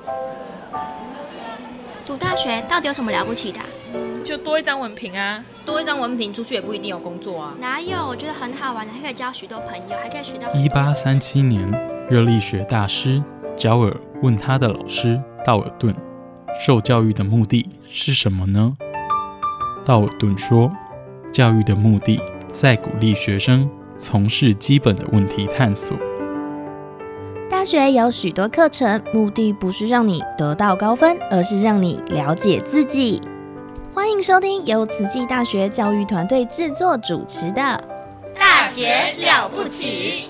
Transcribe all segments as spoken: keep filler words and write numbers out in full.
读大学到底有什么了不起的啊？ 就多一张文凭啊。 多一张文凭出去也不一定有工作啊。 哪有？我觉得很好玩的，还可以交许多朋友，还可以学到。 一八三七年，热力学大师焦耳问他的老师道尔顿，受教育的目的是什么呢？道尔顿说，教育的目的在鼓励学生从事基本的问题探索。 大学有许多课程，目的不是让你得到高分，而是让你了解自己。欢迎收听由慈济大学教育团队制作主持的《 大学了不起》。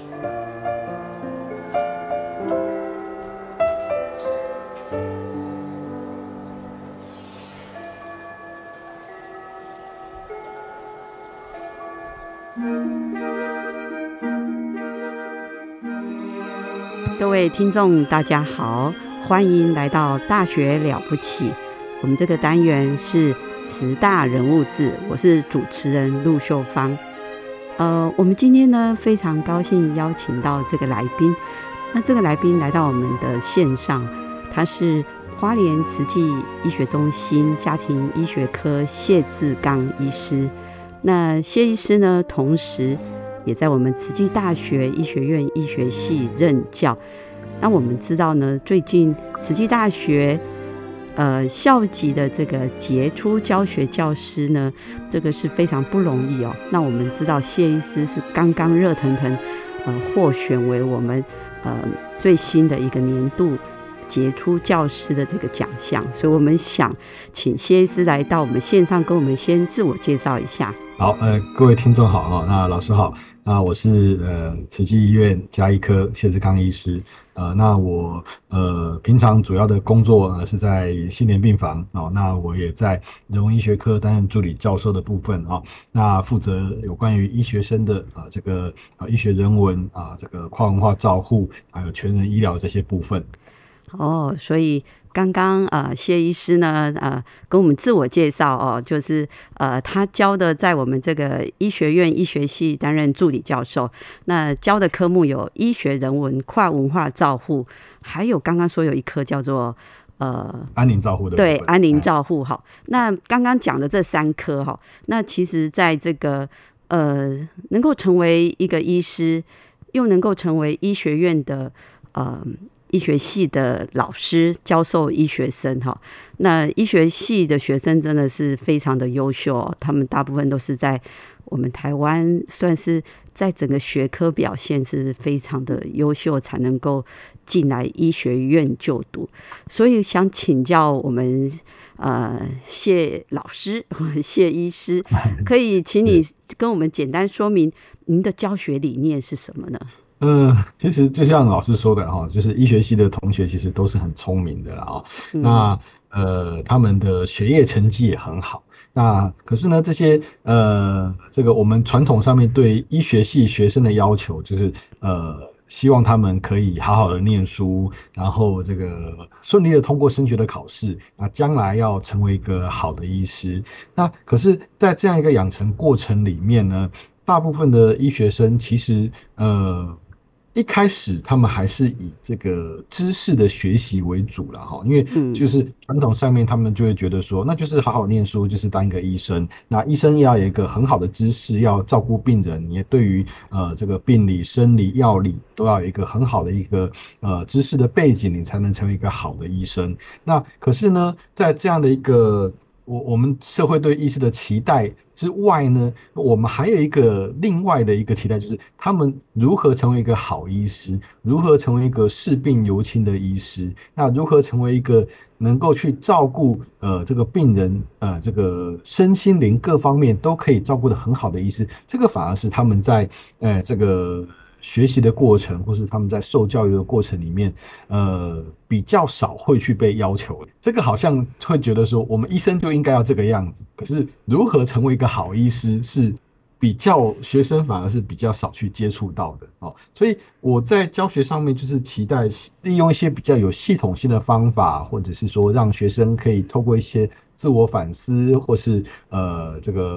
各位听众大家好，欢迎来到大学了不起。我们这个单元是慈大人物志，我是主持人陆秀芳。呃，我们今天呢非常高兴邀请到这个来宾，那这个来宾来到我们的线上，他是花莲慈济医学中心家庭医学科谢志刚医师。那谢医师呢，同时也在我们慈济大学医学院医学系任教。那我们知道呢，最近慈济大学呃校级的这个杰出教学教师呢，这个是非常不容易哦。那我们知道谢医师是刚刚热腾腾呃获选为我们呃最新的一个年度杰出教师的这个奖项，所以我们想请谢医师来到我们线上，跟我们先自我介绍一下。 好，呃，各位听众好哈，那老师好，那我是呃慈济医院家医科谢志刚医师，呃，那我呃平常主要的工作呢是在心莲病房哦，那我也在人文医学科担任助理教授的部分哦，那负责有关于医学生的啊、呃、这个啊、呃、医学人文啊、呃、这个跨文化照护还有全人医疗这些部分。 哦，所以刚刚呃谢医师呢呃跟我们自我介绍哦，就是呃他教的在我们这个医学院医学系担任助理教授，那教的科目有医学人文、跨文化照护，还有刚刚说有一科叫做呃安宁照护的部分， 对，安宁照护。好，那刚刚讲的这三科哈，那其实在这个呃能够成为一个医师，又能够成为医学院的呃医学系的老师教授医学生哈，那医学系的学生真的是非常的优秀哦，他们大部分都是在我们台湾算是在整个学科表现是非常的优秀，才能够进来医学院就读。所以想请教我们呃谢老师谢医师，可以请你跟我们简单说明您的教学理念是什么呢？ 呃，其实就像老师说的哈，就是医学系的同学其实都是很聪明的啦啊、嗯。那呃，他们的学业成绩也很好。那可是呢，这些呃，这个我们传统上面对医学系学生的要求，就是呃，希望他们可以好好的念书，然后这个顺利的通过升学的考试，那将来要成为一个好的医师。那可是，在这样一个养成过程里面呢，大部分的医学生其实呃。一开始他们还是以这个知识的学习为主啦齁，因为就是传统上面他们就会觉得说，那就是好好念书，就是当一个医生。那医生要有一个很好的知识，要照顾病人，也对于呃这个病理、生理、药理都要有一个很好的一个呃知识的背景，你才能成为一个好的医生。那可是呢，在这样的一个我我们社会对医师的期待之外呢，我们还有一个另外的一个期待，就是他们如何成为一个好医师，如何成为一个视病犹亲的医师，那如何成为一个能够去照顾呃这个病人呃这个身心灵各方面都可以照顾得很好的医师，这个反而是他们在呃这个学习的过程，或是他们在受教育的过程里面，呃，比较少会去被要求。这个好像会觉得说，我们医生就应该要这个样子。可是，如何成为一个好医师，是比较学生反而是比较少去接触到的哦。所以我在教学上面就是期待利用一些比较有系统性的方法，或者是说让学生可以透过一些自我反思，或是呃这个。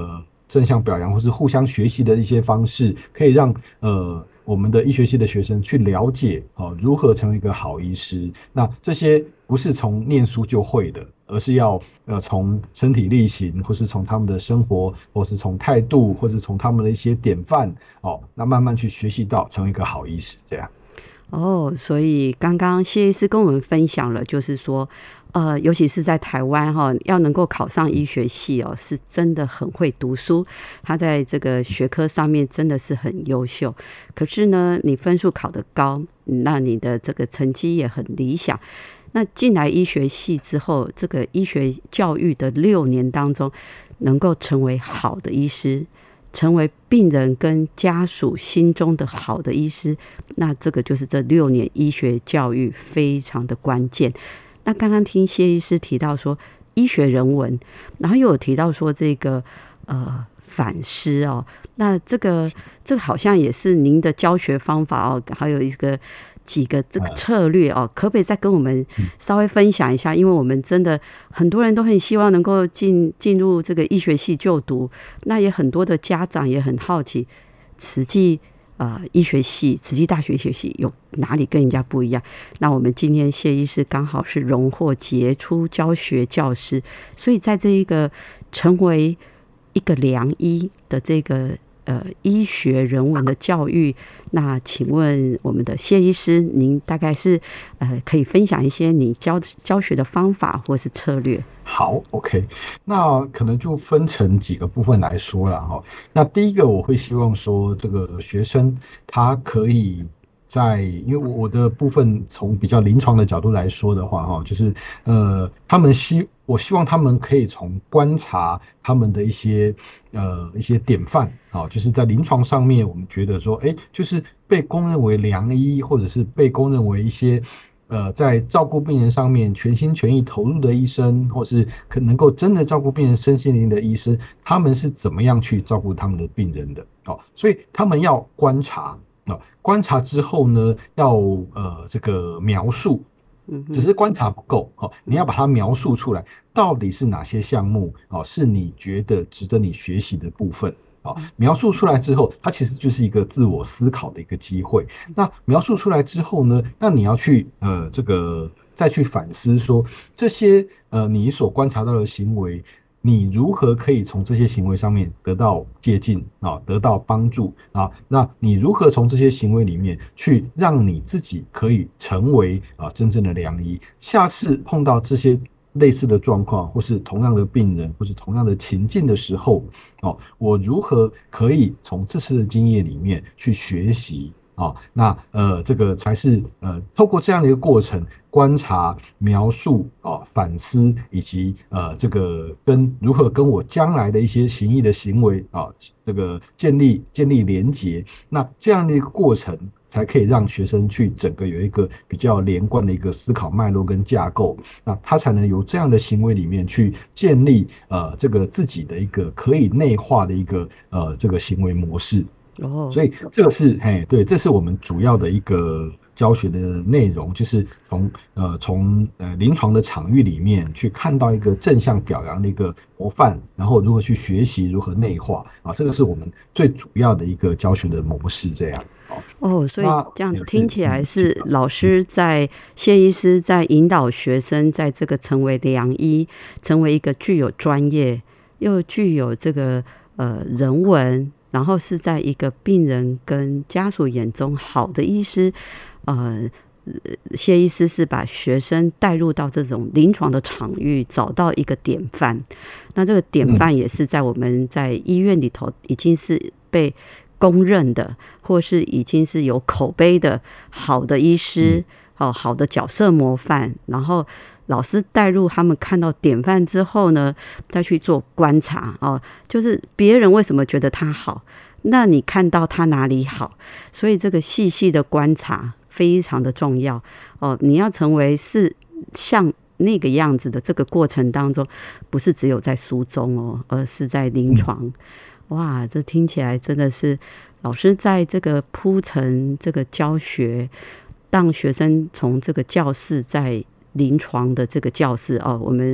正向表扬或是互相学习的一些方式，可以让呃我们的医学系的学生去了解哦如何成为一个好医师。那这些不是从念书就会的，而是要呃从身体力行，或是从他们的生活，或是从态度，或是从他们的一些典范哦，那慢慢去学习到成为一个好医师这样。 哦，所以刚刚谢医师跟我们分享了，就是说，呃，尤其是在台湾哈，要能够考上医学系哦，是真的很会读书，他在这个学科上面真的是很优秀。可是呢，你分数考得高，那你的这个成绩也很理想。那进来医学系之后，这个医学教育的六年当中，能够成为好的医师，成为病人跟家属心中的好的医师，那这个就是这六年医学教育非常的关键。那刚刚听谢医师提到说医学人文，然后又有提到说这个呃反思哦，那这个这个好像也是您的教学方法哦，还有一个几个这个策略哦，可不可以再跟我们稍微分享一下？因为我们真的很多人都很希望能够进进入这个医学系就读，那也很多的家长也很好奇，慈济呃医学系、慈济大学医学系有哪里跟人家不一样？那我们今天谢医师刚好是荣获杰出教学教师，所以在这一个成为一个良医的这个呃医学人文的教育，那请问我们的谢医师，您大概是呃可以分享一些你教教学的方法或是策略？ 好 ，OK， 那可能就分成几个部分来说了哈。那第一个，我会希望说，这个学生他可以在，因为我的部分从比较临床的角度来说的话，哈，就是呃，他们希我希望他们可以从观察他们的一些呃一些典范，啊，就是在临床上面，我们觉得说，哎，就是被公认为良医，或者是被公认为一些。呃，在照顾病人上面全心全意投入的医生，或是可能够真的照顾病人身心灵的医生，他们是怎么样去照顾他们的病人的？哦，所以他们要观察，哦，观察之后呢，要呃这个描述，只是观察不够，哦，你要把它描述出来，到底是哪些项目哦，是你觉得值得你学习的部分。好，描述出来之后，它其实就是一个自我思考的一个机会。那描述出来之后呢，那你要去呃这个再去反思说，这些呃你所观察到的行为，你如何可以从这些行为上面得到借鉴啊，得到帮助啊？那你如何从这些行为里面去让你自己可以成为啊真正的良医？下次碰到这些类似的状况，或是同样的病人，或是同样的情境的时候，哦，我如何可以从这次的经验里面去学习？哦，那呃，这个才是呃，透过这样的一个过程，观察、描述、哦、反思，以及呃，这个跟如何跟我将来的一些行医的行为啊，这个建立建立连结，那这样的一个过程，才可以让学生去整个有一个比较连贯的一个思考脉络跟架构，那他才能由这样的行为里面去建立呃这个自己的一个可以内化的一个呃这个行为模式。哦，所以这个是嘿，对，这是我们主要的一个教学的内容，就是从呃从呃临床的场域里面去看到一个正向表扬的一个模范，然后如何去学习，如何内化啊，这个是我们最主要的一个教学的模式，这样。 哦，所以这样听起来是老师在谢医师在引导学生在这个成为良医，成为一个具有专业又具有这个呃人文。然后是在一个病人跟家属眼中好的医师，呃，谢医师是把学生带入到这种临床的场域，找到一个典范。那这个典范也是在我们在医院里头已经是被公认的，或是已经是有口碑的好的医师，哦，好的角色模范，然后。老师带入他们看到典范之后呢，再去做观察哦，就是别人为什么觉得他好，那你看到他哪里好，所以这个细细的观察非常的重要哦。你要成为是像那个样子的这个过程当中，不是只有在书中哦，而是在临床。哇，这听起来真的是老师在这个铺陈这个教学，让学生从这个教室在临床的这个教室哦，我们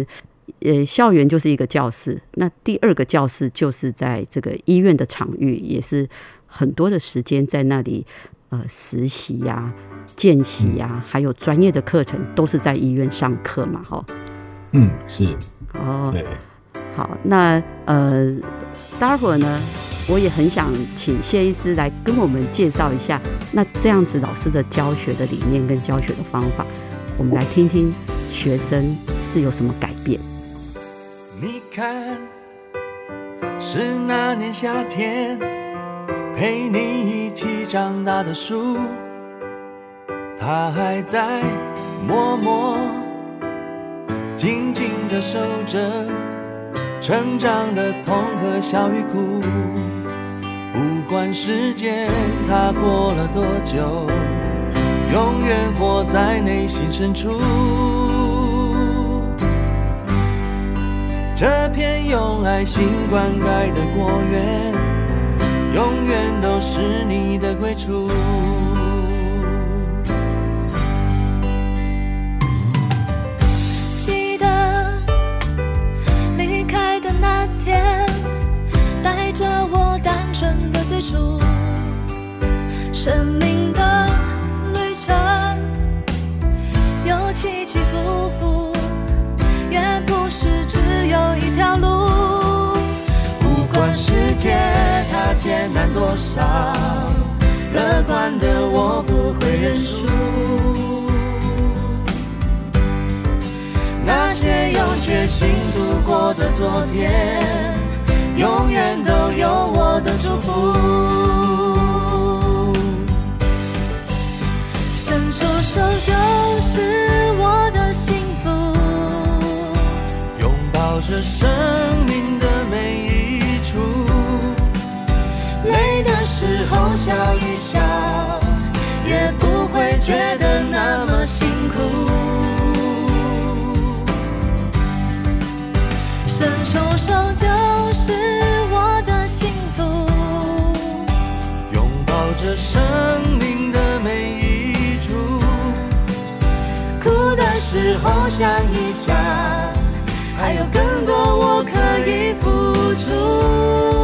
呃，校园就是一个教室，那第二个教室就是在这个医院的场域，也是很多的时间在那里呃实习呀、啊、见习呀、啊，还有专业的课程都是在医院上课嘛，哈。 嗯，是。 哦，对。好，那呃，待会儿呢，我也很想请谢医师来跟我们介绍一下，那这样子老师的教学的理念跟教学的方法，我们来听听学生是有什么改变。 你看，是那年夏天陪你一起长大的树，它还在默默静静地守着成长的痛和笑与哭，不管时间它过了多久，永远活在内心深处。这片用爱心灌溉的果园，永远都是你的归处。 记得离开的那天，带着我单纯的最初，生命的旅程有起起伏伏，也不是只有一条路。不管世界它艰难多少，乐观的我不会认输。那些用决心度过的昨天，永远都有我的祝福。伸出手就是我的幸福， 拥抱着生命的每一处， 累的时候笑一笑，也不会觉得那么辛苦。伸出手就是我的幸福， 拥抱着生命的每一处， 哭的时候想一想，还有更多我可以付出。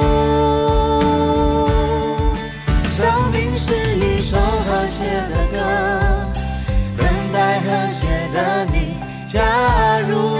生命是一首和谐的歌，等待和谐的你加入。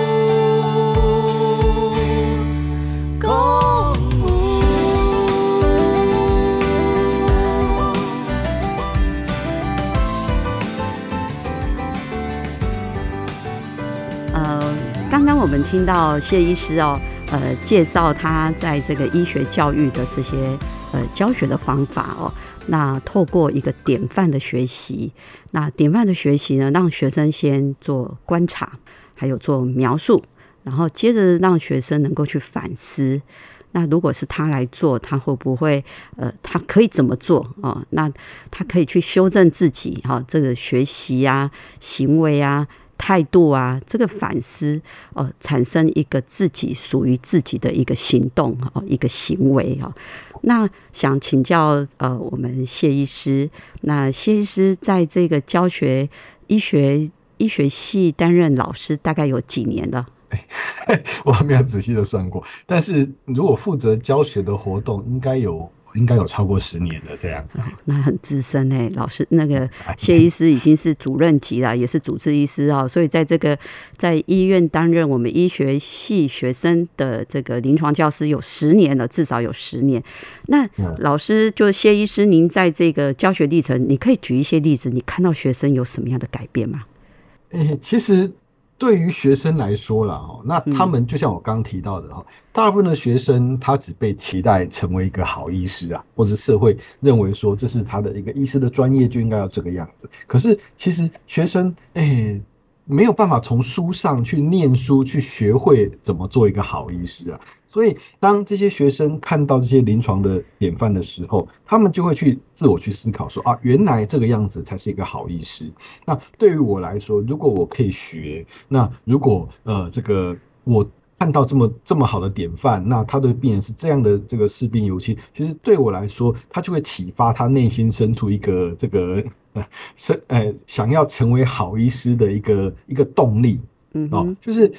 刚刚我们听到谢医师哦，呃，介绍他在这个医学教育的这些呃教学的方法哦。那透过一个典范的学习，那典范的学习呢，让学生先做观察，还有做描述，然后接着让学生能够去反思。那如果是他来做，他会不会呃，他可以怎么做哦？那他可以去修正自己哈、哦，这个学习啊、行为啊。态度啊，这个反思哦，产生一个自己属于自己的一个行动哦，一个行为哦。那想请教呃，我们谢医师，那谢医师在这个教学医学医学系担任老师大概有几年了？ 我还没有仔细的算过，但是如果负责教学的活动，应该有。应该有超过十年了，这样、哦、 那很资深哎，老师那个谢医师已经是主任级了，也是主治医师哦，所以在这个在医院担任我们医学系学生的这个临床教师有十年了，至少有十年。那老师就谢医师，您在这个教学历程，你可以举一些例子，你看到学生有什么样的改变吗？ 欸、其实。对于学生来说啦，那他们就像我刚刚提到的，大部分的学生他只被期待成为一个好医师啊，或者社会认为说这是他的一个医师的专业就应该要这个样子。可是其实学生哎没有办法从书上去念书去学会怎么做一个好医师啊。所以当这些学生看到这些临床的典范的时候，他们就会去自我去思考说啊，原来这个样子才是一个好医师。那对于我来说，如果我可以学，那如果呃这个我看到这么这么好的典范，那他对病人是这样的这个视病尤亲，其实对我来说，他就会启发他内心深处一个这个呃呃想要成为好医师的一个一个动力。嗯、哦，就是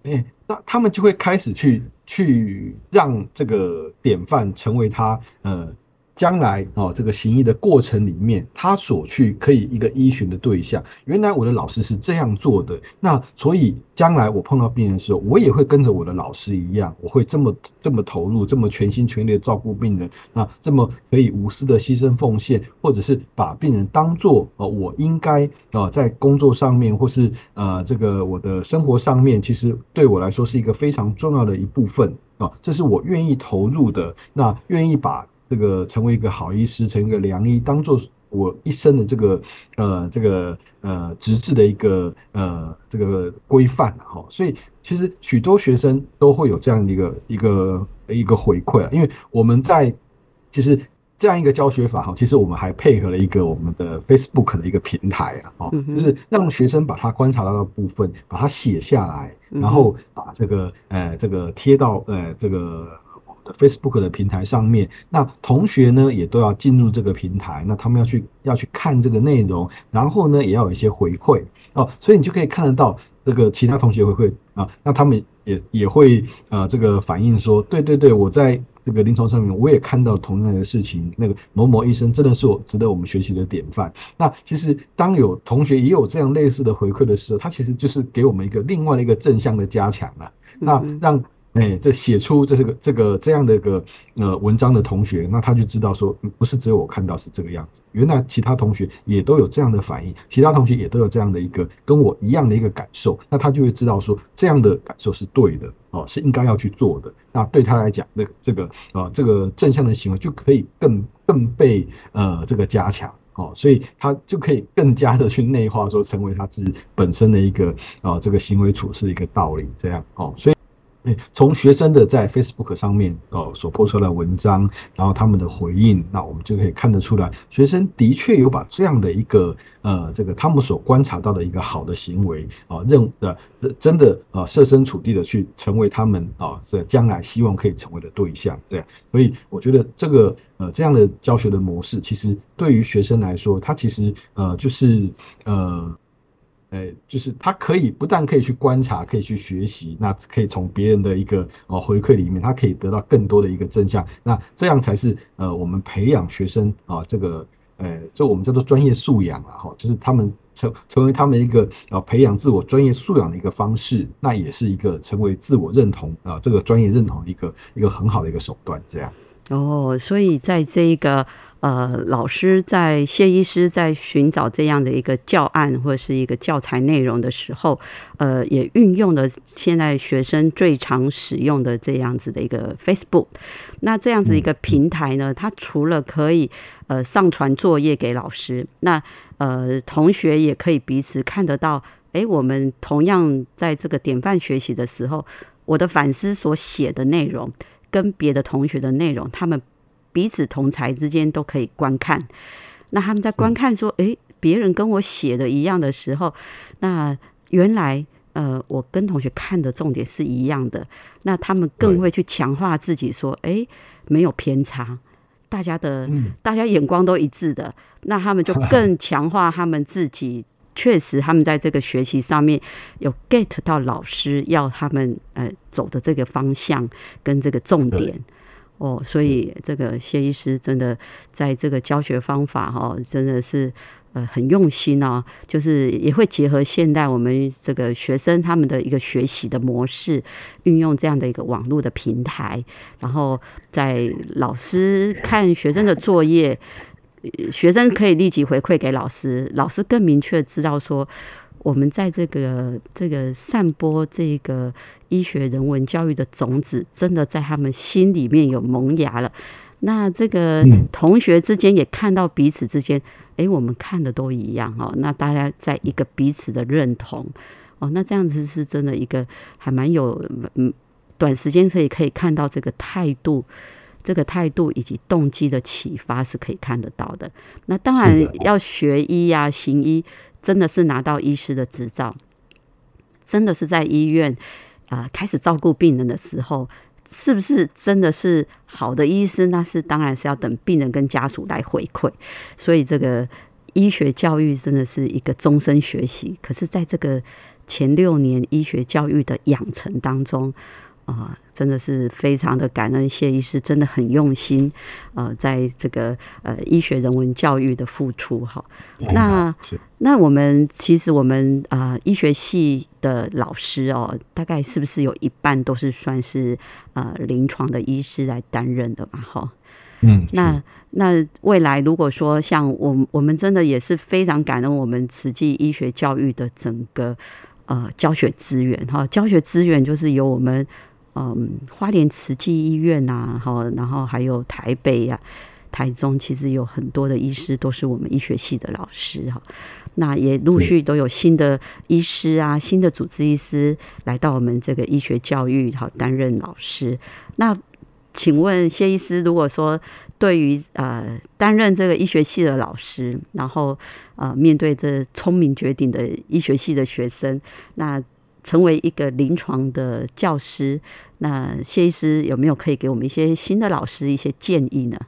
哎，那他们就会开始去去让这个典范成为他呃将来哦这个行医的过程里面，他所去可以一个依循的对象。原来我的老师是这样做的，那所以将来我碰到病人的时候，我也会跟着我的老师一样，我会这么这么投入，这么全心全力的照顾病人，那这么可以无私的牺牲奉献，或者是把病人当作呃我应该呃在工作上面，或是呃这个我的生活上面，其实对我来说是一个非常重要的一部分啊、呃，这是我愿意投入的，那愿意把这个成为一个好医师，成为一个良医，当做我一生的这个呃这个呃职责的一个呃这个规范哈，所以其实许多学生都会有这样的一个一个一个回馈啊，因为我们在其实这样一个教学法哈，其实我们还配合了一个我们的 Facebook 的一个平台啊，哦，就是让学生把他观察到的部分把它写下来，然后把这个呃这个贴到呃这个Facebook 的平台上面，那同学呢也都要进入这个平台，那他们要去要去看这个内容，然后呢也要有一些回馈哦，所以你就可以看得到这个其他同学回馈啊，那他们也也会呃这个反映说，对对对，我在这个临床上面我也看到同样的事情，那个某某医生真的是我值得我们学习的典范。那其实当有同学也有这样类似的回馈的时候，他其实就是给我们一个另外的一个正向的加强啊，那让哎，这写出这个这个这样的一个呃文章的同学，那他就知道说，不是只有我看到是这个样子，原来其他同学也都有这样的反应，其他同学也都有这样的一个跟我一样的一个感受，那他就会知道说，这样的感受是对的哦，是应该要去做的。那对他来讲，那这个呃这个正向的行为就可以更更被呃这个加强。哦，所以他就可以更加的去内化，说成为他自己本身的一个呃这个行为处事的一个道理，这样哦，所以。从学生的在 Facebook 上面呃所po出来的文章，然后他们的回应，那我们就可以看得出来，学生的确有把这样的一个呃这个他们所观察到的一个好的行为啊，认呃真的呃设身处地的去成为他们啊是将来希望可以成为的对象，这样，所以我觉得这个呃这样的教学的模式，其实对于学生来说，他其实呃就是呃。呃，就是他可以不但可以去观察，可以去学习，那可以从别人的一个呃回馈里面，他可以得到更多的一个正向，那这样才是呃我们培养学生啊、呃、这个呃这我们叫做专业素养啊哈，就是他们成成为他们一个呃培养自我专业素养的一个方式，那也是一个成为自我认同啊、呃、这个专业认同的一个一个很好的一个手段，这样。 哦，所以在这一个呃，老师在谢医师在寻找这样的一个教案或者是一个教材内容的时候，呃，也运用了现在学生最常使用的这样子的一个 Facebook。那这样子一个平台呢，它除了可以呃上传作业给老师，那呃同学也可以彼此看得到，哎，我们同样在这个典范学习的时候，我的反思所写的内容跟别的同学的内容，他们彼此同才之间都可以观看。那他们在观看说，诶，别人跟我写的一样的时候，那原来呃，我跟同学看的重点是一样的，那他们更会去强化自己说，诶，没有偏差，大家的、嗯、大家眼光都一致的，那他们就更强化他们自己。确实他们在这个学习上面有 get 到老师要他们呃走的这个方向跟这个重点哦，所以这个谢医师真的在这个教学方法哈、哦，真的是呃很用心哦，就是也会结合现代我们这个学生他们的一个学习的模式，运用这样的一个网络的平台，然后在老师看学生的作业。学生可以立即回馈给老师，老师更明确知道说，我们在这个这个散播这个医学人文教育的种子，真的在他们心里面有萌芽了。那这个同学之间也看到彼此之间，哎，我们看的都一样哦。那大家在一个彼此的认同哦，那这样子是真的一个还蛮有嗯，短时间可以可以看到这个态度。这个态度以及动机的启发是可以看得到的。那当然要学医啊，行医真的是拿到医师的执照，真的是在医院啊、呃、开始照顾病人的时候，是不是真的是好的医师？那是当然是要等病人跟家属来回馈。所以这个医学教育真的是一个终身学习。可是在这个前六年医学教育的养成当中，呃，真的是非常的感恩谢医师，真的很用心，呃，在这个呃医学人文教育的付出哈。那那我们其实我们呃医学系的老师哦，大概是不是有一半都是算是呃临床的医师来担任的嘛？哈，嗯，那那未来如果说像我我们真的也是非常感恩我们慈济医学教育的整个呃教学资源哈，教学资源就是由我们。嗯，花莲慈济医院啊，然后还有台北啊、台中，其实有很多的医师都是我们医学系的老师哈。那也陆续都有新的医师啊、新的主治医师来到我们这个医学教育好担任老师。那请问谢医师，如果说对于呃担任这个医学系的老师，然后呃面对这聪明绝顶的医学系的学生，那成为一个临床的教师，那谢医师有没有可以给我们一些新的老师一些建议呢？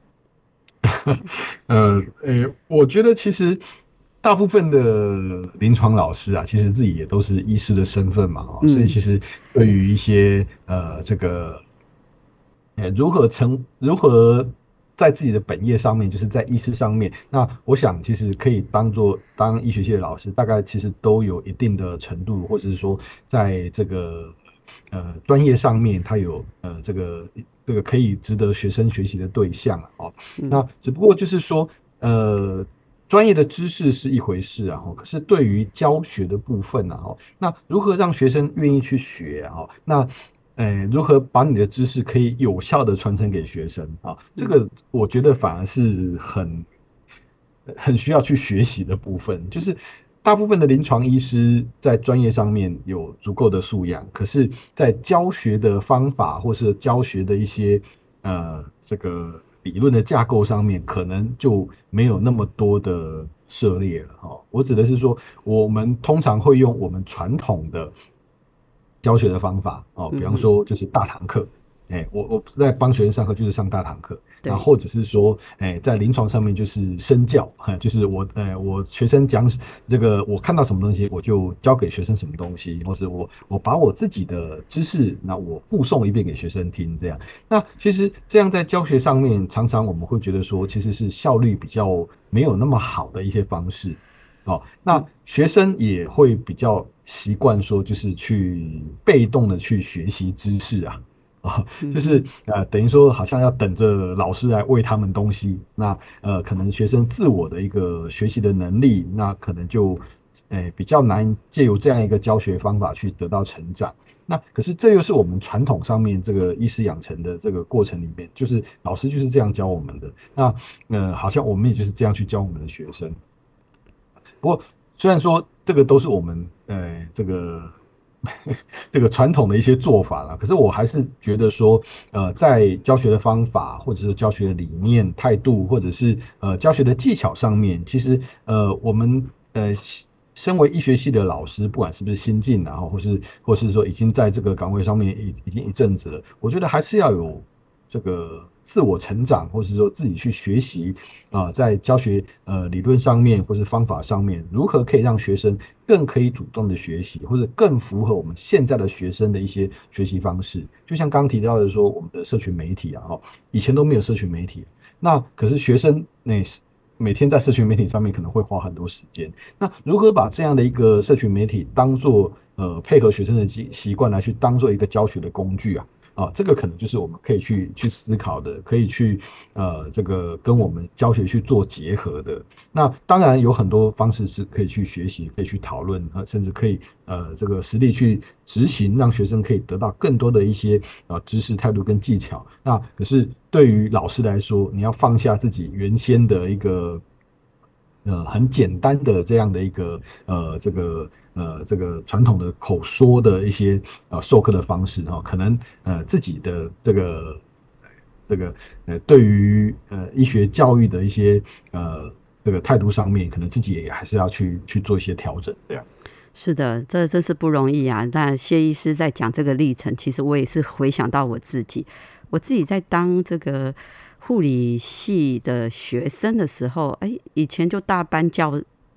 呃，呃，我觉得其实大部分的临床老师啊，其实自己也都是医师的身份嘛，哦嗯、所以其实对于一些呃这个，呃如何成如何。在自己的本业上面，就是在医师上面，那我想其实可以当做当医学系的老师，大概其实都有一定的程度，或者是说在这个呃专业上面，他有呃这个这个可以值得学生学习的对象哦。那只不过就是说呃专业的知识是一回事啊，可是对于教学的部分啊，那如何让学生愿意去学啊？那呃，如何把你的知识可以有效的传承给学生啊？这个我觉得反而是很很需要去学习的部分。就是大部分的临床医师在专业上面有足够的素养，可是在教学的方法或是教学的一些呃这个理论的架构上面，可能就没有那么多的涉猎了哈。我指的是说，我们通常会用我们传统的教学的方法哦，比方说就是大堂课，哎、欸，我我在帮学生上课就是上大堂课，然后或者是说，哎、欸，在临床上面就是身教，就是我，哎、欸，我学生讲这个，我看到什么东西，我就教给学生什么东西，或是我我把我自己的知识，那我复诵一遍给学生听，这样。那其实这样在教学上面，常常我们会觉得说，其实是效率比较没有那么好的一些方式。哦，那学生也会比较习惯说，就是去被动的去学习知识啊，啊、哦，就是呃，等于说好像要等着老师来喂他们东西，那呃，可能学生自我的一个学习的能力，那可能就呃比较难借由这样一个教学方法去得到成长。那可是这又是我们传统上面这个医师养成的这个过程里面，就是老师就是这样教我们的，那呃，好像我们也就是这样去教我们的学生。不过，虽然说这个都是我们呃这个这个传统的一些做法啦，可是我还是觉得说，呃，在教学的方法，或者是教学的理念、态度，或者是呃教学的技巧上面，其实呃我们呃身为医学系的老师，不管是不是新进啊，或是或是说已经在这个岗位上面已已经一阵子了，我觉得还是要有这个自我成长，或是说自己去学习啊、呃，在教学呃理论上面或是方法上面，如何可以让学生更可以主动的学习，或者更符合我们现在的学生的一些学习方式。就像刚刚提到的说，我们的社群媒体啊，哈，以前都没有社群媒体，那可是学生那每天在社群媒体上面可能会花很多时间。那如何把这样的一个社群媒体当做呃配合学生的习习惯来去当做一个教学的工具啊？啊，这个可能就是我们可以去去思考的，可以去呃这个跟我们教学去做结合的。那当然有很多方式是可以去学习，可以去讨论，呃，甚至可以呃这个实力去执行，让学生可以得到更多的一些呃知识、态度跟技巧。那可是对于老师来说，你要放下自己原先的一个呃很简单的这样的一个呃这个。呃，这个传统的口说的一些呃授课的方式哈、哦，可能呃自己的这个这个呃对于呃医学教育的一些呃这个态度上面，可能自己也还是要去去做一些调整，这样。 是的，这真是不容易啊。那谢医师在讲这个历程，其实我也是回想到我自己，我自己在当这个护理系的学生的时候，哎，以前就大班教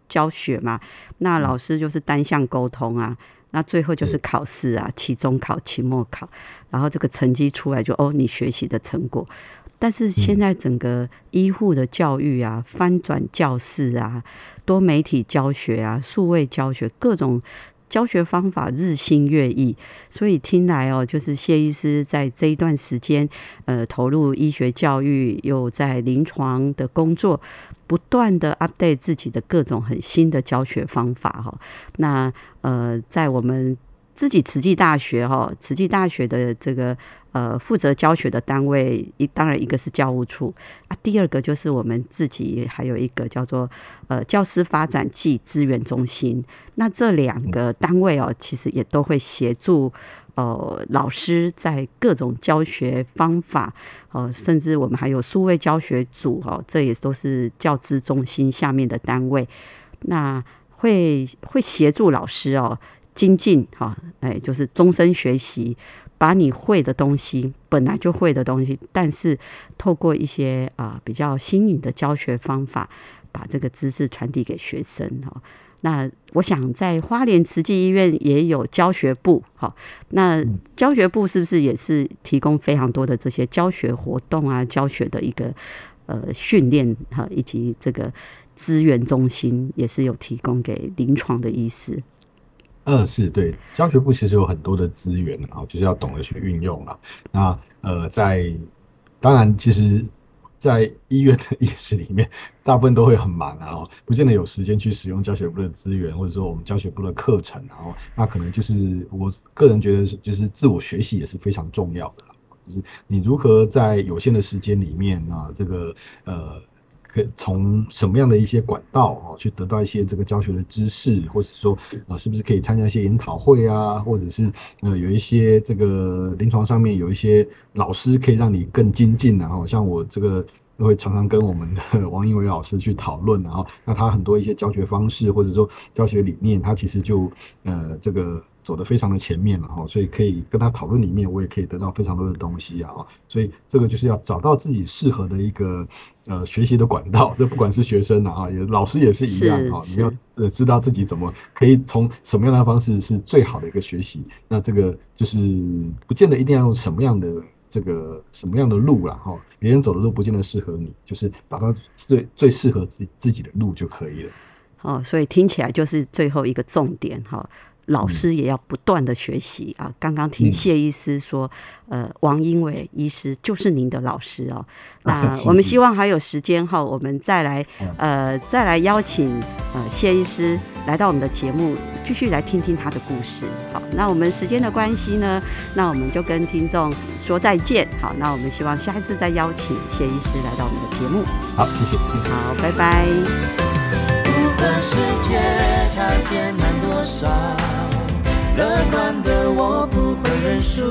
教学嘛，那老师就是单向沟通啊，那最后就是考试啊，期中考、期末考，然后这个成绩出来就哦，你学习的成果。但是现在整个医护的教育啊，翻转教室啊，多媒体教学啊，数位教学，各种教学方法日新月异，所以听来哦，就是谢医师在这一段时间，呃，投入医学教育，又在临床的工作，不断的 update 自己的各种很新的教学方法哈。那呃，在我们自己慈济大学哈，慈济大学的这个呃负责教学的单位，一当然一个是教务处啊，第二个就是我们自己还有一个叫做呃教师发展暨资源中心。那这两个单位哦，其实也都会协助呃老师在各种教学方法哦、呃，甚至我们还有数位教学组哦，这也都是教资中心下面的单位。那会会协助老师哦。精进哈，哎，就是终身学习，把你会的东西，本来就会的东西，但是透过一些啊、呃、比较新颖的教学方法，把这个知识传递给学生哈。那我想在花莲慈济医院也有教学部哈，那教学部是不是也是提供非常多的这些教学活动啊，教学的一个呃训练哈，以及这个资源中心也是有提供给临床的医师。 呃，是对，教学部其实有很多的资源啊，就是要懂得去运用了。那呃，在当然，其实，在医院的医师里面，大部分都会很忙啊，不见得有时间去使用教学部的资源，或者说我们教学部的课程啊。那可能就是我个人觉得，就是自我学习也是非常重要的。就是你如何在有限的时间里面啊，这个呃。可以从什么样的一些管道啊，去得到一些这个教学的知识，或者说啊，是不是可以参加一些研讨会啊，或者是呃有一些这个临床上面有一些老师可以让你更精进啊，像我这个会常常跟我们的王英伟老师去讨论，然后那他很多一些教学方式或者说教学理念，他其实就呃这个。走得非常的前面了哈，所以可以跟他讨论里面，我也可以得到非常多的东西啊，所以这个就是要找到自己适合的一个呃学习的管道，这不管是学生啊，也老师也是一样啊，你要呃知道自己怎么可以从什么样的方式是最好的一个学习，那这个就是不见得一定要用什么样的这个什么样的路啦哈，别人走的路不见得适合你，就是找到最最适合自己自己的路就可以了。 哦，所以听起来就是最后一个重点哈。老师也要不断的学习啊！刚刚听谢医师说，呃，王英伟医师就是您的老师哦。那我们希望还有时间哈，我们再来呃再来邀请呃谢医师来到我们的节目，继续来听听他的故事。好，那我们时间的关系呢，那我们就跟听众说再见。好，那我们希望下一次再邀请谢医师来到我们的节目。 好，谢谢。 好，拜拜。 不管世界太艰难多少，乐观的我不会认输。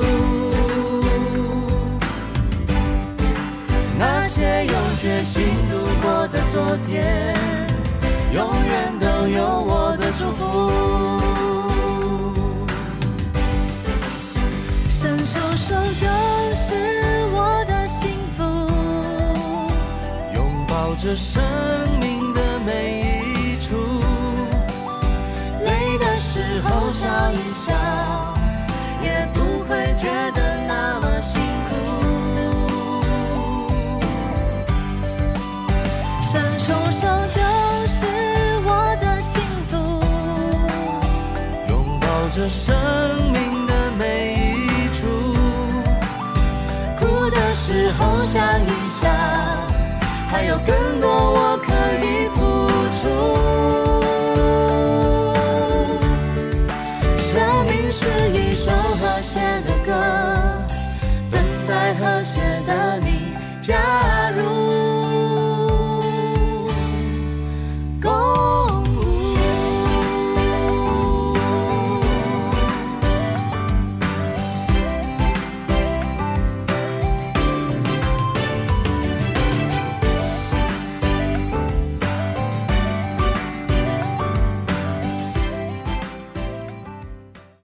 那些用决心度过的昨天，永远都有我的祝福。 伸出手就是我的幸福， 拥抱着生命的每一累的时候笑一笑，也不会觉得那么辛苦。 伸出手就是我的幸福， 拥抱着生命的每一处，哭的时候想一想，还有更多我可以付出。是一首和谐的歌。